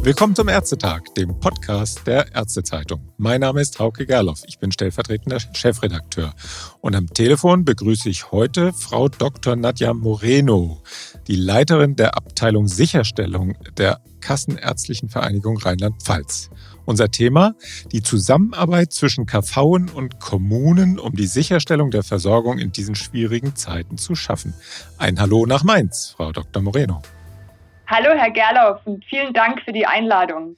Willkommen zum Ärztetag, dem Podcast der Ärztezeitung. Mein Name ist Hauke Gerloff, ich bin stellvertretender Chefredakteur. Und am Telefon begrüße ich heute Frau Dr. Nadja Moreno, die Leiterin der Abteilung Sicherstellung der Kassenärztlichen Vereinigung Rheinland-Pfalz. Unser Thema: die Zusammenarbeit zwischen KVen und Kommunen, um die Sicherstellung der Versorgung in diesen schwierigen Zeiten zu schaffen. Ein Hallo nach Mainz, Frau Dr. Moreno. Hallo, Herr Gerloff, und vielen Dank für die Einladung.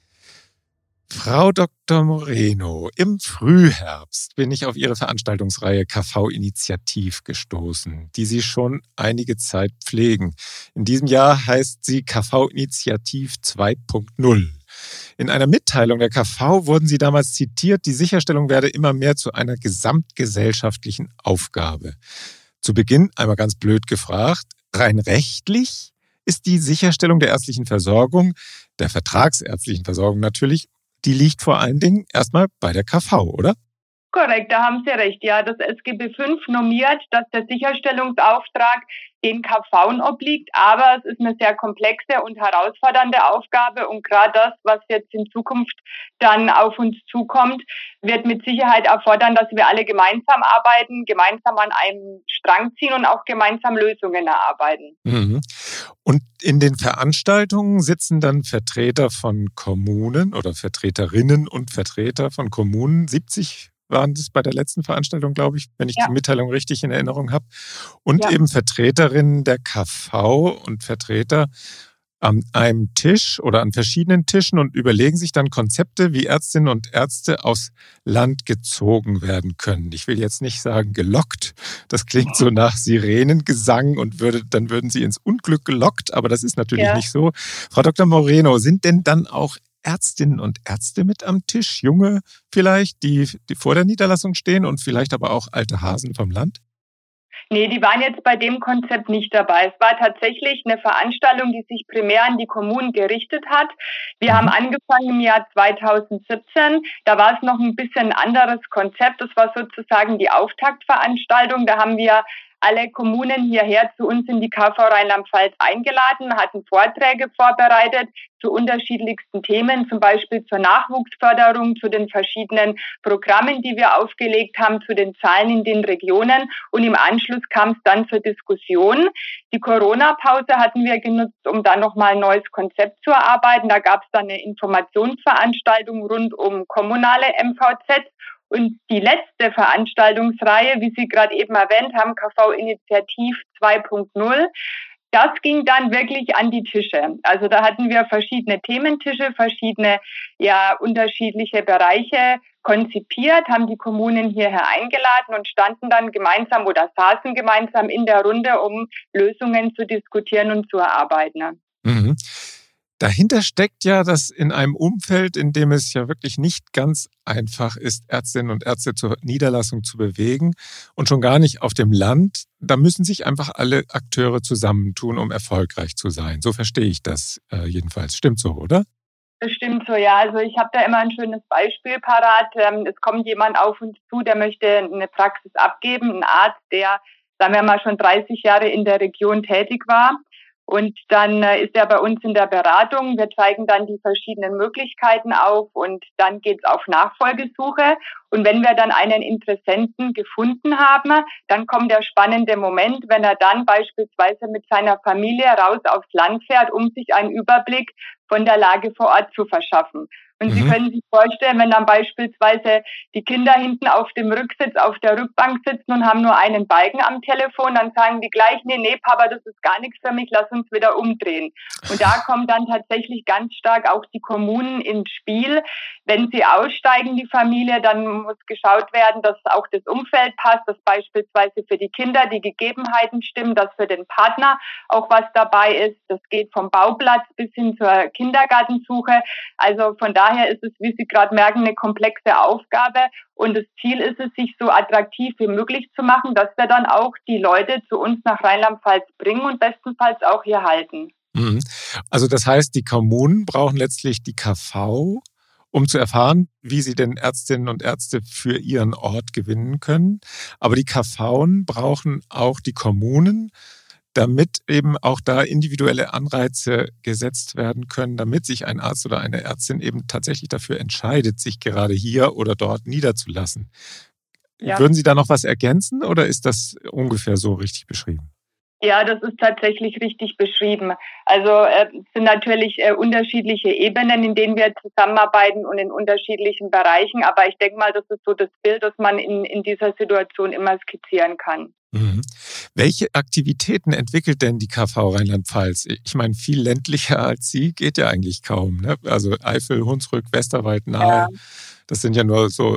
Frau Dr. Moreno, im Frühherbst bin ich auf Ihre Veranstaltungsreihe KV-Initiativ gestoßen, die Sie schon einige Zeit pflegen. In diesem Jahr heißt sie KV-Initiativ 2.0. In einer Mitteilung der KV wurden Sie damals zitiert, die Sicherstellung werde immer mehr zu einer gesamtgesellschaftlichen Aufgabe. Zu Beginn einmal ganz blöd gefragt, rein rechtlich ist die Sicherstellung der ärztlichen Versorgung, der vertragsärztlichen Versorgung natürlich, die liegt vor allen Dingen erstmal bei der KV, oder? Korrekt, da haben Sie recht. Ja, das SGB V normiert, dass der Sicherstellungsauftrag den KVen obliegt, aber es ist eine sehr komplexe und herausfordernde Aufgabe und gerade das, was jetzt in Zukunft dann auf uns zukommt, wird mit Sicherheit erfordern, dass wir alle gemeinsam arbeiten, gemeinsam an einem Strang ziehen und auch gemeinsam Lösungen erarbeiten. Mhm. Und in den Veranstaltungen sitzen dann Vertreter von Kommunen oder Vertreterinnen und Vertreter von Kommunen, 70 waren das bei der letzten Veranstaltung, glaube ich, wenn ich die Mitteilung richtig in Erinnerung habe. Und eben Vertreterinnen der KV und Vertreter an einem Tisch oder an verschiedenen Tischen und überlegen sich dann Konzepte, wie Ärztinnen und Ärzte aus Land gezogen werden können. Ich will jetzt nicht sagen gelockt, das klingt so nach Sirenengesang und dann würden sie ins Unglück gelockt, aber das ist natürlich nicht so. Frau Dr. Moreno, sind denn dann auch Ärztinnen und Ärzte mit am Tisch, junge vielleicht, die vor der Niederlassung stehen und vielleicht aber auch alte Hasen vom Land? Nee, die waren jetzt bei dem Konzept nicht dabei. Es war tatsächlich eine Veranstaltung, die sich primär an die Kommunen gerichtet hat. Wir haben angefangen im Jahr 2017. Da war es noch ein bisschen ein anderes Konzept. Das war sozusagen die Auftaktveranstaltung. Da haben wir alle Kommunen hierher zu uns in die KV Rheinland-Pfalz eingeladen, hatten Vorträge vorbereitet zu unterschiedlichsten Themen, zum Beispiel zur Nachwuchsförderung, zu den verschiedenen Programmen, die wir aufgelegt haben, zu den Zahlen in den Regionen. Und im Anschluss kam es dann zur Diskussion. Die Corona-Pause hatten wir genutzt, um dann nochmal ein neues Konzept zu erarbeiten. Da gab es dann eine Informationsveranstaltung rund um kommunale MVZ. Und die letzte Veranstaltungsreihe, wie Sie gerade eben erwähnt haben, KV-Initiativ 2.0, das ging dann wirklich an die Tische. Also da hatten wir verschiedene Thementische, verschiedene unterschiedliche Bereiche konzipiert, haben die Kommunen hierher eingeladen und standen dann gemeinsam oder saßen gemeinsam in der Runde, um Lösungen zu diskutieren und zu erarbeiten. Mhm. Dahinter steckt ja, dass in einem Umfeld, in dem es ja wirklich nicht ganz einfach ist, Ärztinnen und Ärzte zur Niederlassung zu bewegen und schon gar nicht auf dem Land, da müssen sich einfach alle Akteure zusammentun, um erfolgreich zu sein. So verstehe ich das jedenfalls. Stimmt so, oder? Das stimmt so, ja. Also ich habe da immer ein schönes Beispiel parat. Es kommt jemand auf uns zu, der möchte eine Praxis abgeben, ein Arzt, der, sagen wir mal, schon 30 Jahre in der Region tätig war. Und dann ist er bei uns in der Beratung. Wir zeigen dann die verschiedenen Möglichkeiten auf und dann geht's auf Nachfolgesuche. Und wenn wir dann einen Interessenten gefunden haben, dann kommt der spannende Moment, wenn er dann beispielsweise mit seiner Familie raus aufs Land fährt, um sich einen Überblick von der Lage vor Ort zu verschaffen. Und Sie können sich vorstellen, wenn dann beispielsweise die Kinder hinten auf dem Rücksitz, auf der Rückbank sitzen und haben nur einen Balken am Telefon, dann sagen die gleich, nee, Papa, das ist gar nichts für mich, lass uns wieder umdrehen. Und da kommen dann tatsächlich ganz stark auch die Kommunen ins Spiel. Wenn sie aussteigen, die Familie, dann muss geschaut werden, dass auch das Umfeld passt, dass beispielsweise für die Kinder die Gegebenheiten stimmen, dass für den Partner auch was dabei ist. Das geht vom Bauplatz bis hin zur Kindergartensuche. Also von daher ist es, wie Sie gerade merken, eine komplexe Aufgabe. Und das Ziel ist es, sich so attraktiv wie möglich zu machen, dass wir dann auch die Leute zu uns nach Rheinland-Pfalz bringen und bestenfalls auch hier halten. Also das heißt, die Kommunen brauchen letztlich die KV, um zu erfahren, wie sie denn Ärztinnen und Ärzte für ihren Ort gewinnen können. Aber die KVen brauchen auch die Kommunen, damit eben auch da individuelle Anreize gesetzt werden können, damit sich ein Arzt oder eine Ärztin eben tatsächlich dafür entscheidet, sich gerade hier oder dort niederzulassen. Ja. Würden Sie da noch was ergänzen oder ist das ungefähr so richtig beschrieben? Ja, das ist tatsächlich richtig beschrieben. Also es sind natürlich unterschiedliche Ebenen, in denen wir zusammenarbeiten und in unterschiedlichen Bereichen. Aber ich denke mal, das ist so das Bild, das man in dieser Situation immer skizzieren kann. Mhm. Welche Aktivitäten entwickelt denn die KV Rheinland-Pfalz? Ich meine, viel ländlicher als Sie geht ja eigentlich kaum. Ne? Also Eifel, Hunsrück, Westerwald, Nahe, das sind ja nur so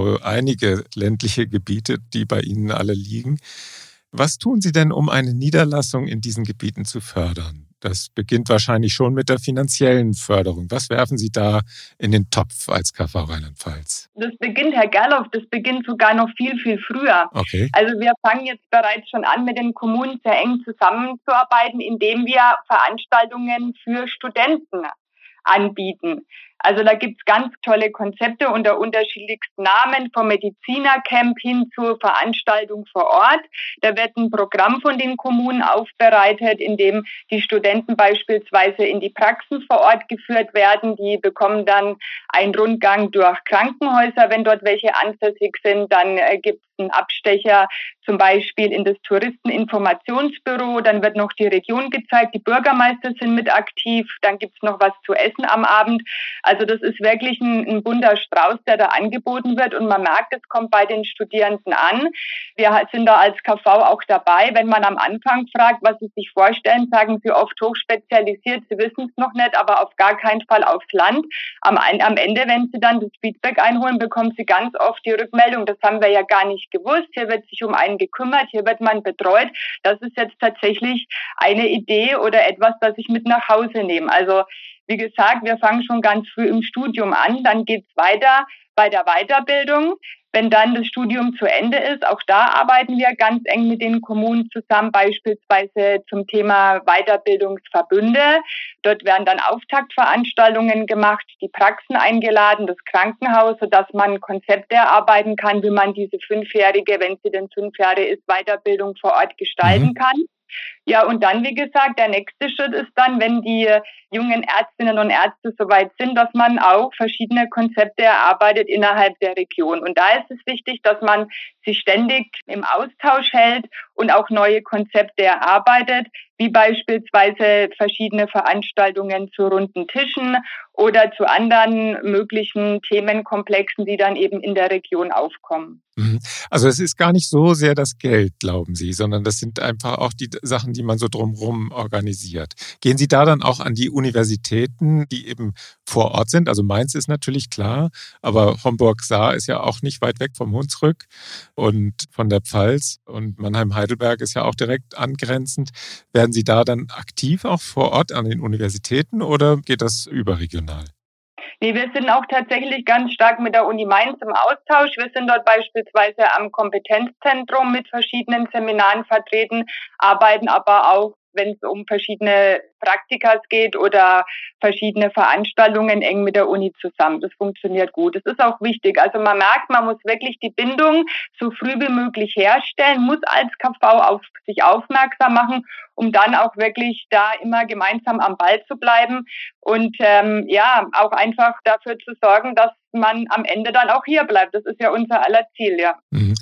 einige ländliche Gebiete, die bei Ihnen alle liegen. Was tun Sie denn, um eine Niederlassung in diesen Gebieten zu fördern? Das beginnt wahrscheinlich schon mit der finanziellen Förderung. Was werfen Sie da in den Topf als KV Rheinland-Pfalz? Das beginnt, Herr Gerloff, das beginnt sogar noch viel, viel früher. Okay. Also wir fangen jetzt bereits schon an, mit den Kommunen sehr eng zusammenzuarbeiten, indem wir Veranstaltungen für Studenten anbieten. Also da gibt's ganz tolle Konzepte unter unterschiedlichsten Namen, vom Medizinercamp hin zur Veranstaltung vor Ort. Da wird ein Programm von den Kommunen aufbereitet, in dem die Studenten beispielsweise in die Praxen vor Ort geführt werden. Die bekommen dann einen Rundgang durch Krankenhäuser, wenn dort welche ansässig sind. Dann gibt's einen Abstecher zum Beispiel in das Touristeninformationsbüro. Dann wird noch die Region gezeigt. Die Bürgermeister sind mit aktiv. Dann gibt's noch was zu essen am Abend. Also das ist wirklich ein bunter Strauß, der da angeboten wird. Und man merkt, es kommt bei den Studierenden an. Wir sind da als KV auch dabei. Wenn man am Anfang fragt, was sie sich vorstellen, sagen sie oft hochspezialisiert. Sie wissen es noch nicht, aber auf gar keinen Fall aufs Land. Am Ende, wenn sie dann das Feedback einholen, bekommen sie ganz oft die Rückmeldung, das haben wir ja gar nicht gewusst. Hier wird sich um einen gekümmert, hier wird man betreut. Das ist jetzt tatsächlich eine Idee oder etwas, das ich mit nach Hause nehme. Also wie gesagt, wir fangen schon ganz früh im Studium an, dann geht's weiter bei der Weiterbildung. Wenn dann das Studium zu Ende ist, auch da arbeiten wir ganz eng mit den Kommunen zusammen, beispielsweise zum Thema Weiterbildungsverbünde. Dort werden dann Auftaktveranstaltungen gemacht, die Praxen eingeladen, das Krankenhaus, sodass man Konzepte erarbeiten kann, wie man diese 5-jährige, wenn sie denn 5 Jahre ist, Weiterbildung vor Ort gestalten kann. Ja, und dann, wie gesagt, der nächste Schritt ist dann, wenn die jungen Ärztinnen und Ärzte soweit sind, dass man auch verschiedene Konzepte erarbeitet innerhalb der Region. Und da ist es wichtig, dass man sich ständig im Austausch hält und auch neue Konzepte erarbeitet, wie beispielsweise verschiedene Veranstaltungen zu runden Tischen oder zu anderen möglichen Themenkomplexen, die dann eben in der Region aufkommen. Also es ist gar nicht so sehr das Geld, glauben Sie, sondern das sind einfach auch die Sachen, die man so drumherum organisiert. Gehen Sie da dann auch an die Universitäten, die eben vor Ort sind? Also Mainz ist natürlich klar, aber Homburg-Saar ist ja auch nicht weit weg vom Hunsrück und von der Pfalz und Mannheim-Heidelberg ist ja auch direkt angrenzend. Werden Sie da dann aktiv auch vor Ort an den Universitäten oder geht das überregional? Nee, wir sind auch tatsächlich ganz stark mit der Uni Mainz im Austausch. Wir sind dort beispielsweise am Kompetenzzentrum mit verschiedenen Seminaren vertreten, arbeiten aber auch, wenn es um verschiedene Praktikas geht oder verschiedene Veranstaltungen, eng mit der Uni zusammen. Das funktioniert gut. Das ist auch wichtig. Also man merkt, man muss wirklich die Bindung so früh wie möglich herstellen, muss als KV auf sich aufmerksam machen, um dann auch wirklich da immer gemeinsam am Ball zu bleiben und auch einfach dafür zu sorgen, dass man am Ende dann auch hier bleibt. Das ist ja unser aller Ziel, ja.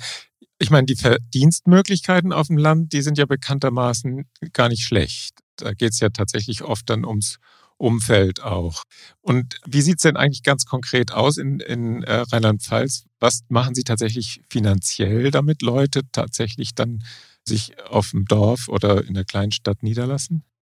Ich meine, die Verdienstmöglichkeiten auf dem Land, die sind ja bekanntermaßen gar nicht schlecht. Da geht es ja tatsächlich oft dann ums Umfeld auch. Und wie sieht es denn eigentlich ganz konkret aus in Rheinland-Pfalz? Was machen Sie tatsächlich finanziell, damit Leute tatsächlich dann sich auf dem Dorf oder in der Kleinstadt niederlassen?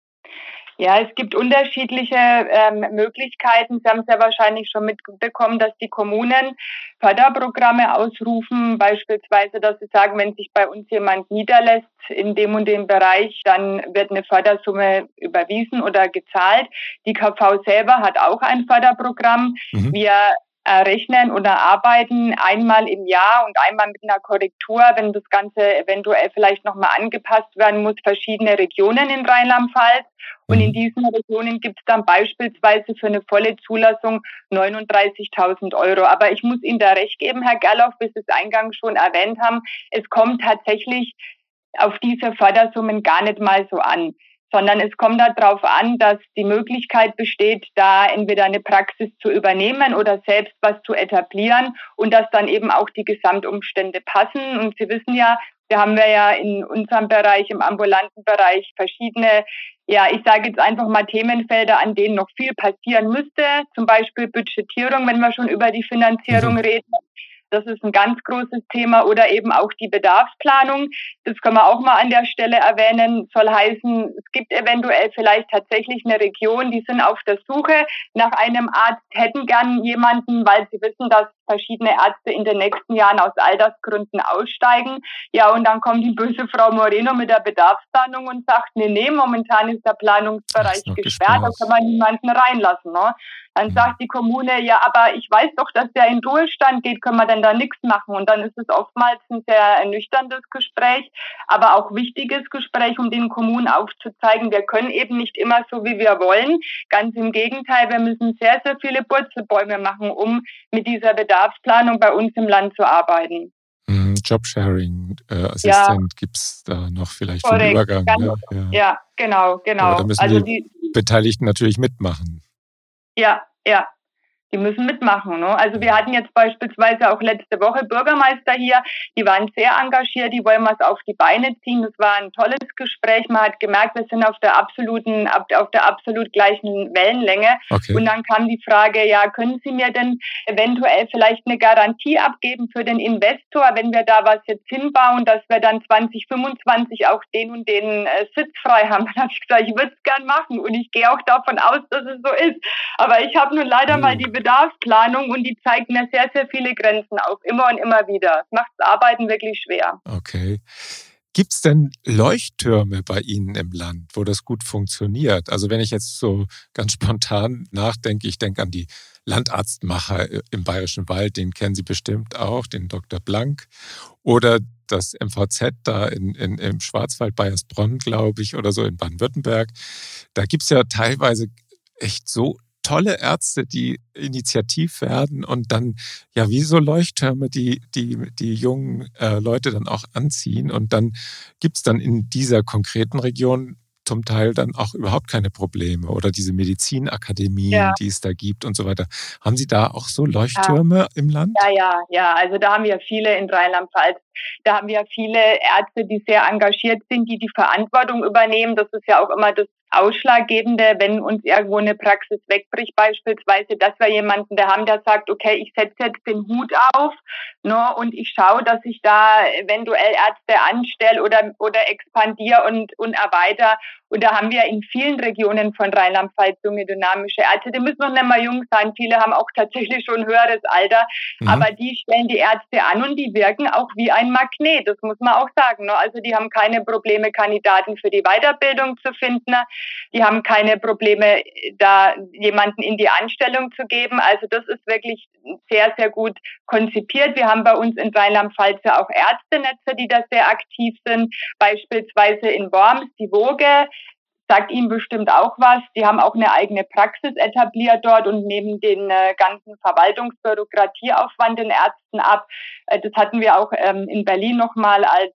Ja, es gibt unterschiedliche Möglichkeiten. Sie haben es ja wahrscheinlich schon mitbekommen, dass die Kommunen Förderprogramme ausrufen, beispielsweise, dass sie sagen, wenn sich bei uns jemand niederlässt in dem und dem Bereich, dann wird eine Fördersumme überwiesen oder gezahlt. Die KV selber hat auch ein Förderprogramm. Wir rechnen oder arbeiten einmal im Jahr und einmal mit einer Korrektur, wenn das Ganze eventuell vielleicht nochmal angepasst werden muss, verschiedene Regionen in Rheinland-Pfalz. Und in diesen Regionen gibt es dann beispielsweise für eine volle Zulassung 39.000 Euro. Aber ich muss Ihnen da recht geben, Herr Gerloff, wie Sie es eingangs schon erwähnt haben, es kommt tatsächlich auf diese Fördersummen gar nicht mal so an, sondern es kommt darauf an, dass die Möglichkeit besteht, da entweder eine Praxis zu übernehmen oder selbst was zu etablieren und dass dann eben auch die Gesamtumstände passen. Und Sie wissen ja, wir haben ja in unserem Bereich, im ambulanten Bereich, verschiedene, ja, ich sage jetzt einfach mal Themenfelder, an denen noch viel passieren müsste. Zum Beispiel Budgetierung, wenn wir schon über die Finanzierung reden. Das ist ein ganz großes Thema. Oder eben auch die Bedarfsplanung. Das können wir auch mal an der Stelle erwähnen. Soll heißen, es gibt eventuell vielleicht tatsächlich eine Region, die sind auf der Suche nach einem Arzt, hätten gern jemanden, weil sie wissen, dass verschiedene Ärzte in den nächsten Jahren aus Altersgründen aussteigen. Ja, und dann kommt die böse Frau Moreno mit der Bedarfsplanung und sagt, nee, momentan ist der Planungsbereich gesperrt, da kann man niemanden reinlassen. Ne? Dann sagt die Kommune, ja, aber ich weiß doch, dass der in Ruhestand geht, können wir denn da nichts machen? Und dann ist es oftmals ein sehr ernüchterndes Gespräch, aber auch wichtiges Gespräch, um den Kommunen aufzuzeigen, wir können eben nicht immer so, wie wir wollen. Ganz im Gegenteil, wir müssen sehr, sehr viele Purzelbäume machen, um mit dieser Bedarfsplanung bei uns im Land zu arbeiten. Jobsharing-Assistent gibt es da noch vielleicht für den Übergang. Ja, genau. Aber da müssen die Beteiligten natürlich mitmachen. Ja. Die müssen mitmachen. Ne? Also wir hatten jetzt beispielsweise auch letzte Woche Bürgermeister hier, die waren sehr engagiert, die wollen was auf die Beine ziehen. Das war ein tolles Gespräch. Man hat gemerkt, wir sind auf der absolut gleichen Wellenlänge. Okay. Und dann kam die Frage, ja, können Sie mir denn eventuell vielleicht eine Garantie abgeben für den Investor, wenn wir da was jetzt hinbauen, dass wir dann 2025 auch den und den Sitz frei haben? Dann habe ich gesagt, ich würde es gern machen und ich gehe auch davon aus, dass es so ist. Aber ich habe nun leider mal die Bedarfsplanung und die zeigt mir sehr, sehr viele Grenzen auf, immer und immer wieder. Das macht das Arbeiten wirklich schwer. Okay. Gibt es denn Leuchttürme bei Ihnen im Land, wo das gut funktioniert? Also wenn ich jetzt so ganz spontan nachdenke, ich denke an die Landarztmacher im Bayerischen Wald, den kennen Sie bestimmt auch, den Dr. Blank. Oder das MVZ da im Schwarzwald, Baiersbronn, glaube ich, oder so in Baden-Württemberg. Da gibt es ja teilweise echt so tolle Ärzte, die initiativ werden und dann ja wie so Leuchttürme, die jungen Leute dann auch anziehen. Und dann gibt es dann in dieser konkreten Region zum Teil dann auch überhaupt keine Probleme. Oder diese Medizinakademien, die es da gibt und so weiter. Haben Sie da auch so Leuchttürme im Land? Ja. Also da haben wir viele in Rheinland-Pfalz. Da haben wir viele Ärzte, die sehr engagiert sind, die Verantwortung übernehmen. Das ist ja auch immer das Ausschlaggebende, wenn uns irgendwo eine Praxis wegbricht beispielsweise, dass wir jemanden da haben, der sagt, okay, ich setze jetzt den Hut auf, ne, und ich schaue, dass ich da eventuell Ärzte anstelle oder expandiere und erweitere. Und da haben wir in vielen Regionen von Rheinland-Pfalz junge, dynamische Ärzte. Die müssen noch nicht mal jung sein. Viele haben auch tatsächlich schon ein höheres Alter. Aber die stellen die Ärzte an und die wirken auch wie ein Magnet. Das muss man auch sagen. Ne? Also die haben keine Probleme, Kandidaten für die Weiterbildung zu finden. Die haben keine Probleme, da jemanden in die Anstellung zu geben. Also das ist wirklich sehr, sehr gut konzipiert. Wir haben bei uns in Rheinland-Pfalz ja auch Ärztenetze, die da sehr aktiv sind. Beispielsweise in Worms, die Woge, sagt Ihnen bestimmt auch was. Die haben auch eine eigene Praxis etabliert dort und nehmen den ganzen Verwaltungsbürokratieaufwand den Ärzten ab. Das hatten wir auch in Berlin nochmal als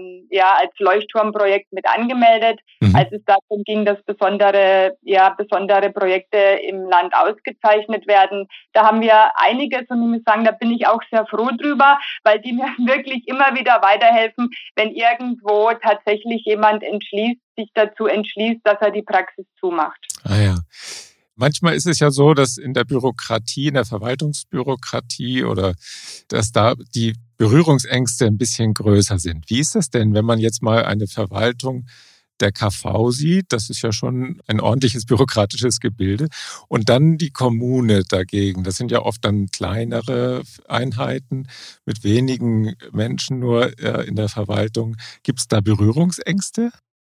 Leuchtturmprojekt mit angemeldet, als es darum ging, dass besondere Projekte im Land ausgezeichnet werden. Da haben wir einiges und ich muss sagen, da bin ich auch sehr froh drüber, weil die mir wirklich immer wieder weiterhelfen, wenn irgendwo tatsächlich jemand sich dazu entschließt, dass er die Praxis zumacht. Ah ja. Manchmal ist es ja so, dass in der Bürokratie, in der Verwaltungsbürokratie oder dass da die Berührungsängste ein bisschen größer sind. Wie ist das denn, wenn man jetzt mal eine Verwaltung der KV sieht? Das ist ja schon ein ordentliches bürokratisches Gebilde. Und dann die Kommune dagegen. Das sind ja oft dann kleinere Einheiten mit wenigen Menschen nur in der Verwaltung. Gibt es da Berührungsängste?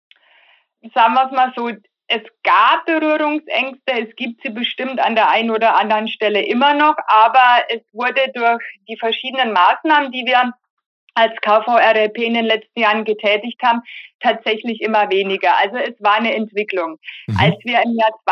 Sagen wir es mal so, es gab Berührungsängste, es gibt sie bestimmt an der einen oder anderen Stelle immer noch, aber es wurde durch die verschiedenen Maßnahmen, die wir als KVRLP in den letzten Jahren getätigt haben, tatsächlich immer weniger. Also es war eine Entwicklung. Als wir im Jahr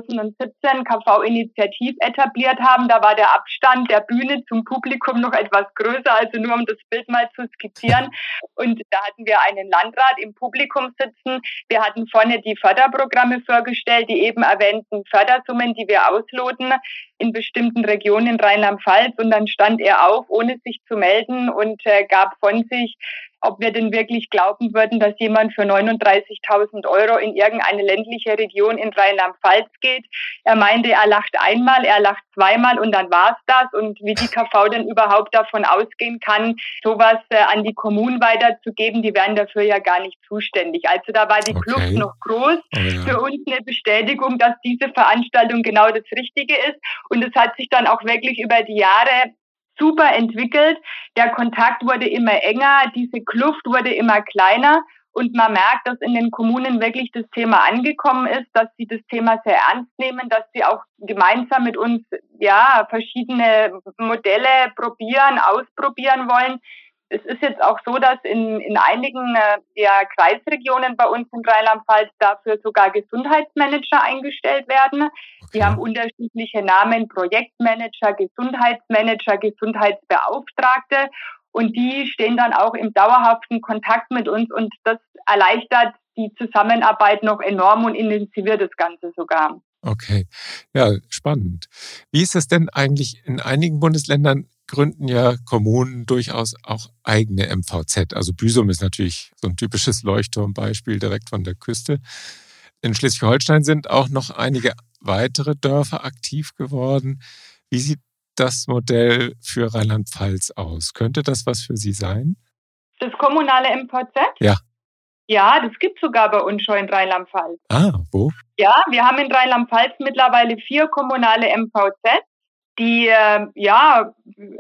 2017 KV-Initiativ etabliert haben, da war der Abstand der Bühne zum Publikum noch etwas größer, also nur um das Bild mal zu skizzieren. Und da hatten wir einen Landrat im Publikum sitzen. Wir hatten vorne die Förderprogramme vorgestellt, die eben erwähnten Fördersummen, die wir ausloten in bestimmten Regionen in Rheinland-Pfalz. Und dann stand er auf, ohne sich zu melden und gab von sich, ob wir denn wirklich glauben würden, dass jemand für 39.000 € in irgendeine ländliche Region in Rheinland-Pfalz geht. Er meinte, er lacht einmal, er lacht zweimal und dann war's das. Und wie die KV denn überhaupt davon ausgehen kann, sowas an die Kommunen weiterzugeben, die wären dafür ja gar nicht zuständig. Also da war die Kluft noch groß. Für uns eine Bestätigung, dass diese Veranstaltung genau das Richtige ist. Und es hat sich dann auch wirklich über die Jahre super entwickelt. Der Kontakt wurde immer enger, diese Kluft wurde immer kleiner und man merkt, dass in den Kommunen wirklich das Thema angekommen ist, dass sie das Thema sehr ernst nehmen, dass sie auch gemeinsam mit uns verschiedene Modelle ausprobieren wollen. Es ist jetzt auch so, dass in einigen Kreisregionen bei uns in Rheinland-Pfalz dafür sogar Gesundheitsmanager eingestellt werden. Die haben unterschiedliche Namen, Projektmanager, Gesundheitsmanager, Gesundheitsbeauftragte. Und die stehen dann auch im dauerhaften Kontakt mit uns. Und das erleichtert die Zusammenarbeit noch enorm und intensiviert das Ganze sogar. Okay, ja, spannend. Wie ist es denn eigentlich in einigen Bundesländern? Gründen ja Kommunen durchaus auch eigene MVZ. Also Büsum ist natürlich so ein typisches Leuchtturmbeispiel direkt von der Küste. In Schleswig-Holstein sind auch noch einige weitere Dörfer aktiv geworden. Wie sieht das Modell für Rheinland-Pfalz aus? Könnte das was für Sie sein? Das kommunale MVZ? Ja. Ja, das gibt es sogar bei uns schon in Rheinland-Pfalz. Ah, wo? Ja, wir haben in Rheinland-Pfalz mittlerweile 4 kommunale MVZ. Die erste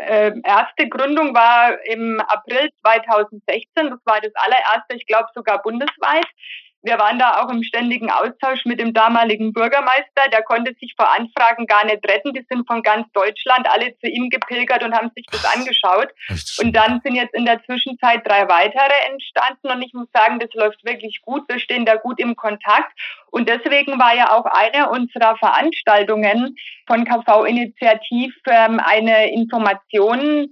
Gründung war im April 2016. Das war das allererste, ich glaube sogar bundesweit. Wir waren da auch im ständigen Austausch mit dem damaligen Bürgermeister. Der konnte sich vor Anfragen gar nicht retten. Die sind von ganz Deutschland alle zu ihm gepilgert und haben sich das angeschaut. Und dann sind jetzt in der Zwischenzeit 3 weitere entstanden. Und ich muss sagen, das läuft wirklich gut. Wir stehen da gut im Kontakt. Und deswegen war ja auch eine unserer Veranstaltungen von KV-Initiativ eine Informationsplattform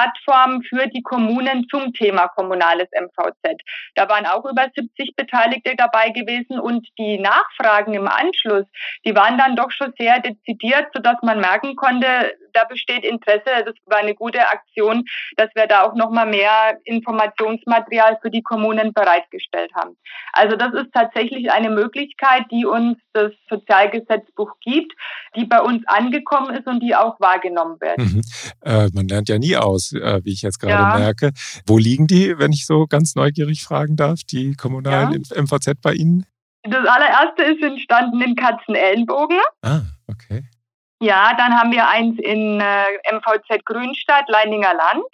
für die Kommunen zum Thema kommunales MVZ. Da waren auch über 70 Beteiligte dabei gewesen und die Nachfragen im Anschluss, die waren dann doch schon sehr dezidiert, sodass man merken konnte, da besteht Interesse. Das war eine gute Aktion, dass wir da auch nochmal mehr Informationsmaterial für die Kommunen bereitgestellt haben. Also das ist tatsächlich eine Möglichkeit, die uns das Sozialgesetzbuch gibt, die bei uns angekommen ist und die auch wahrgenommen wird. Man lernt ja nie aus, wie ich jetzt gerade merke. Wo liegen die, wenn ich so ganz neugierig fragen darf, die kommunalen MVZ bei Ihnen? Das allererste ist entstanden in Katzenelnbogen. Ah, okay. Ja, dann haben wir eins in MVZ Grünstadt, Leininger Land.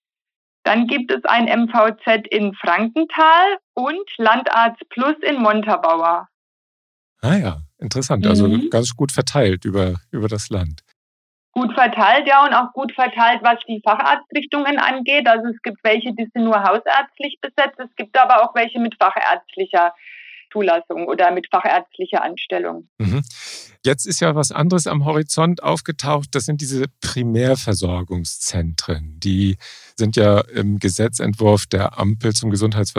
Dann gibt es ein MVZ in Frankenthal und Landarzt Plus in Montabaur. Ah ja, interessant. Also ganz gut verteilt über das Land. Gut verteilt, ja, und auch gut verteilt, was die Facharztrichtungen angeht. Also es gibt welche, die sind nur hausärztlich besetzt. Es gibt aber auch welche mit fachärztlicher Zulassung oder mit fachärztlicher Anstellung. Jetzt ist ja was anderes am Horizont aufgetaucht. Das sind diese Primärversorgungszentren. Die sind ja im Gesetzentwurf der Ampel zum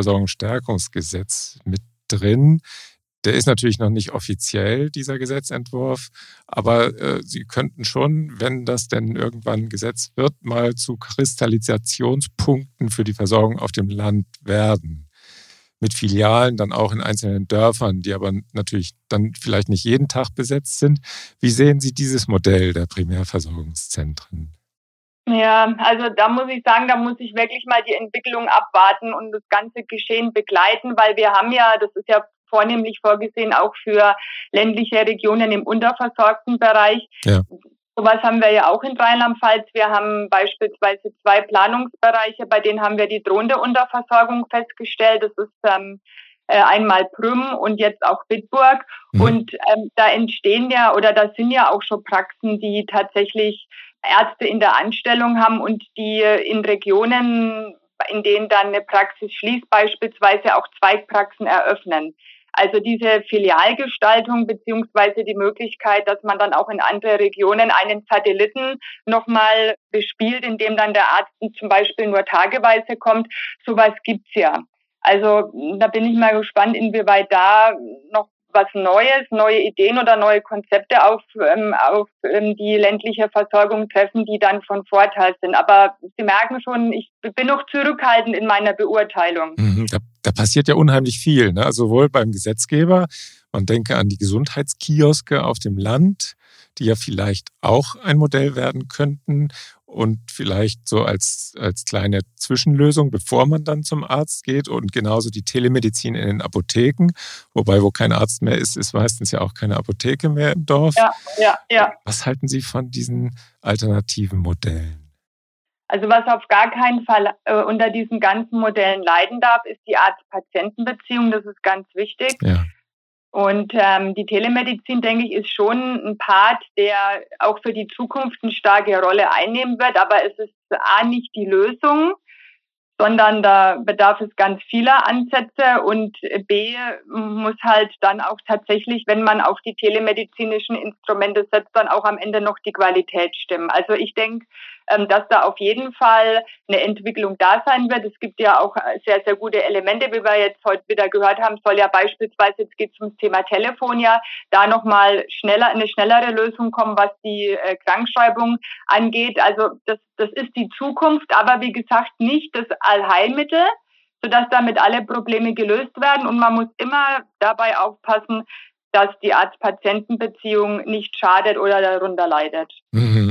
Gesundheitsversorgungsstärkungsgesetz mit drin. Der ist natürlich noch nicht offiziell, dieser Gesetzentwurf, aber Sie könnten schon, wenn das denn irgendwann Gesetz wird, mal zu Kristallisationspunkten für die Versorgung auf dem Land werden. Mit Filialen dann auch in einzelnen Dörfern, die aber natürlich dann vielleicht nicht jeden Tag besetzt sind. Wie sehen Sie dieses Modell der Primärversorgungszentren? Ja, also da muss ich sagen, da muss ich wirklich mal die Entwicklung abwarten und das ganze Geschehen begleiten, weil wir haben ja, das ist ja vornehmlich vorgesehen auch für ländliche Regionen im unterversorgten Bereich. Ja. Sowas haben wir ja auch in Rheinland-Pfalz. Wir haben beispielsweise 2 Planungsbereiche, bei denen haben wir die drohende Unterversorgung festgestellt. Das ist einmal Prüm und jetzt auch Bitburg. Und da entstehen ja oder da sind ja auch schon Praxen, die tatsächlich Ärzte in der Anstellung haben und die in Regionen in denen dann eine Praxis schließt, beispielsweise auch Zweigpraxen eröffnen. Also diese Filialgestaltung beziehungsweise die Möglichkeit, dass man dann auch in andere Regionen einen Satelliten nochmal bespielt, in dem dann der Arzt zum Beispiel nur tageweise kommt, sowas gibt's ja. Also da bin ich mal gespannt, inwieweit da noch was Neues, neue Ideen oder neue Konzepte auf die ländliche Versorgung treffen, die dann von Vorteil sind. Aber Sie merken schon, ich bin noch zurückhaltend in meiner Beurteilung. Da passiert ja unheimlich viel, ne? Also sowohl beim Gesetzgeber, man denke an die Gesundheitskioske auf dem Land, die ja vielleicht auch ein Modell werden könnten und vielleicht so als kleine Zwischenlösung, bevor man dann zum Arzt geht, und genauso die Telemedizin in den Apotheken, wobei wo kein Arzt mehr ist, ist meistens ja auch keine Apotheke mehr im Dorf. Ja. Was halten Sie von diesen alternativen Modellen? Also was auf gar keinen Fall unter diesen ganzen Modellen leiden darf, ist die Arzt-Patienten-Beziehung. Das ist ganz wichtig. Ja. Und die Telemedizin, denke ich, ist schon ein Part, der auch für die Zukunft eine starke Rolle einnehmen wird. Aber es ist A, nicht die Lösung, sondern da bedarf es ganz vieler Ansätze, und B, muss halt dann auch tatsächlich, wenn man auf die telemedizinischen Instrumente setzt, dann auch am Ende noch die Qualität stimmen. Also ich denke, dass da auf jeden Fall eine Entwicklung da sein wird. Es gibt ja auch sehr, sehr gute Elemente, wie wir jetzt heute wieder gehört haben, soll ja beispielsweise, jetzt geht es ums Thema Telefon ja, da nochmal eine schnellere Lösung kommen, was die Krankschreibung angeht. Also das ist die Zukunft, aber wie gesagt nicht das Allheilmittel, sodass damit alle Probleme gelöst werden, und man muss immer dabei aufpassen, dass die Arzt-Patienten-Beziehung nicht schadet oder darunter leidet. Mhm.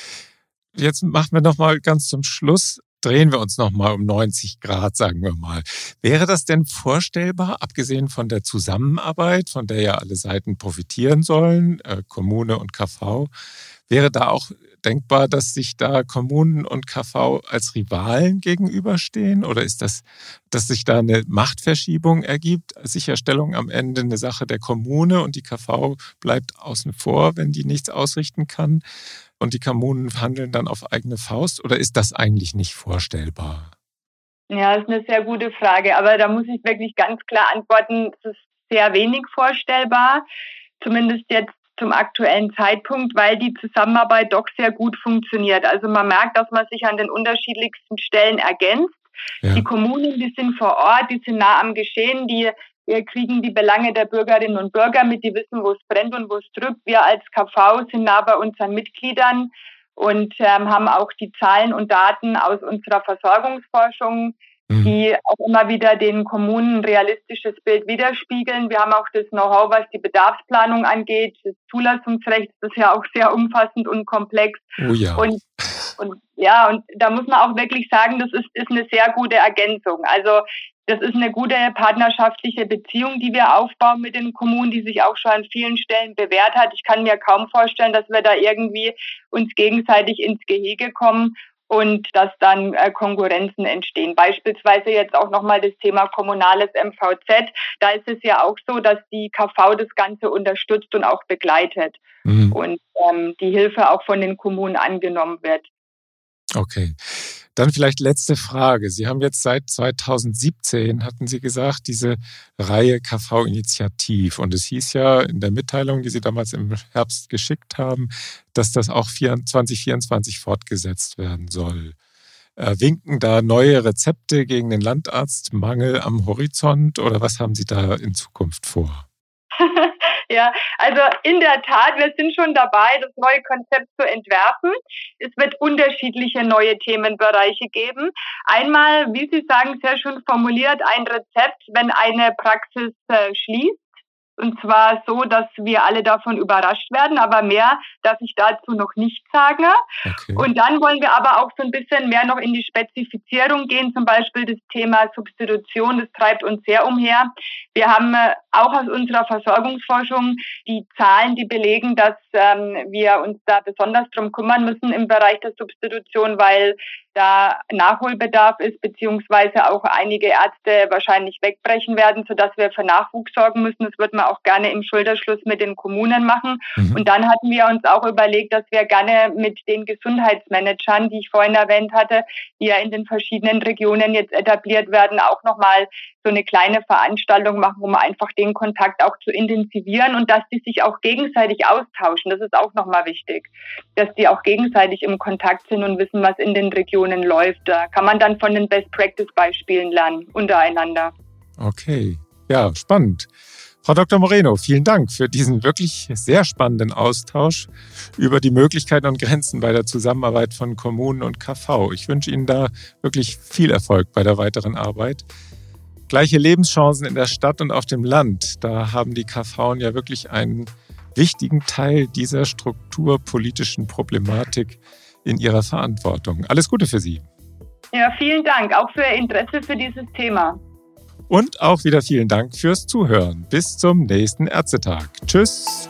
Jetzt machen wir noch mal ganz zum Schluss, drehen wir uns noch mal um 90 Grad, sagen wir mal. Wäre das denn vorstellbar, abgesehen von der Zusammenarbeit, von der ja alle Seiten profitieren sollen, Kommune und KV, wäre da auch denkbar, dass sich da Kommunen und KV als Rivalen gegenüberstehen? Oder ist das, dass sich da eine Machtverschiebung ergibt, Sicherstellung am Ende eine Sache der Kommune und die KV bleibt außen vor, wenn die nichts ausrichten kann? Und die Kommunen handeln dann auf eigene Faust? Oder ist das eigentlich nicht vorstellbar? Ja, das ist eine sehr gute Frage. Aber da muss ich wirklich ganz klar antworten, es ist sehr wenig vorstellbar, zumindest jetzt zum aktuellen Zeitpunkt, weil die Zusammenarbeit doch sehr gut funktioniert. Also man merkt, dass man sich an den unterschiedlichsten Stellen ergänzt. Ja. Die Kommunen, die sind vor Ort, die sind nah am Geschehen, die kriegen die Belange der Bürgerinnen und Bürger mit, die wissen, wo es brennt und wo es drückt. Wir als KV sind nah bei unseren Mitgliedern und haben auch die Zahlen und Daten aus unserer Versorgungsforschung, die auch immer wieder den Kommunen ein realistisches Bild widerspiegeln. Wir haben auch das Know-how, was die Bedarfsplanung angeht. Das Zulassungsrecht ist ja auch sehr umfassend und komplex. Oh ja. Und da muss man auch wirklich sagen, das ist eine sehr gute Ergänzung. Also das ist eine gute partnerschaftliche Beziehung, die wir aufbauen mit den Kommunen, die sich auch schon an vielen Stellen bewährt hat. Ich kann mir kaum vorstellen, dass wir da irgendwie uns gegenseitig ins Gehege kommen und dass dann Konkurrenzen entstehen. Beispielsweise jetzt auch nochmal das Thema kommunales MVZ. Da ist es ja auch so, dass die KV das Ganze unterstützt und auch begleitet und die Hilfe auch von den Kommunen angenommen wird. Okay. Dann vielleicht letzte Frage. Sie haben jetzt seit 2017, hatten Sie gesagt, diese Reihe KV-Initiativ. Und es hieß ja in der Mitteilung, die Sie damals im Herbst geschickt haben, dass das auch 2024 fortgesetzt werden soll. Winken da neue Rezepte gegen den Landarztmangel am Horizont oder was haben Sie da in Zukunft vor? Ja, also in der Tat, wir sind schon dabei, das neue Konzept zu entwerfen. Es wird unterschiedliche neue Themenbereiche geben. Einmal, wie Sie sagen, sehr schön formuliert, ein Rezept, wenn eine Praxis schließt. Und zwar so, dass wir alle davon überrascht werden, aber mehr darf ich dazu noch nicht sagen. Okay. Und dann wollen wir aber auch so ein bisschen mehr noch in die Spezifizierung gehen, zum Beispiel das Thema Substitution, das treibt uns sehr umher. Wir haben auch aus unserer Versorgungsforschung die Zahlen, die belegen, dass wir uns da besonders drum kümmern müssen im Bereich der Substitution, weil da Nachholbedarf ist, beziehungsweise auch einige Ärzte wahrscheinlich wegbrechen werden, sodass wir für Nachwuchs sorgen müssen. Das wird man auch gerne im Schulterschluss mit den Kommunen machen. Und dann hatten wir uns auch überlegt, dass wir gerne mit den Gesundheitsmanagern, die ich vorhin erwähnt hatte, die ja in den verschiedenen Regionen jetzt etabliert werden, auch nochmal so eine kleine Veranstaltung machen, um einfach den Kontakt auch zu intensivieren und dass die sich auch gegenseitig austauschen. Das ist auch nochmal wichtig, dass die auch gegenseitig im Kontakt sind und wissen, was in den Regionen läuft. Da kann man dann von den Best-Practice-Beispielen lernen, untereinander. Okay, ja, spannend. Frau Dr. Moreno, vielen Dank für diesen wirklich sehr spannenden Austausch über die Möglichkeiten und Grenzen bei der Zusammenarbeit von Kommunen und KV. Ich wünsche Ihnen da wirklich viel Erfolg bei der weiteren Arbeit. Gleiche Lebenschancen in der Stadt und auf dem Land, da haben die KV ja wirklich einen wichtigen Teil dieser strukturpolitischen Problematik in ihrer Verantwortung. Alles Gute für Sie. Ja, vielen Dank, auch für Ihr Interesse für dieses Thema. Und auch wieder vielen Dank fürs Zuhören. Bis zum nächsten Ärztetag. Tschüss.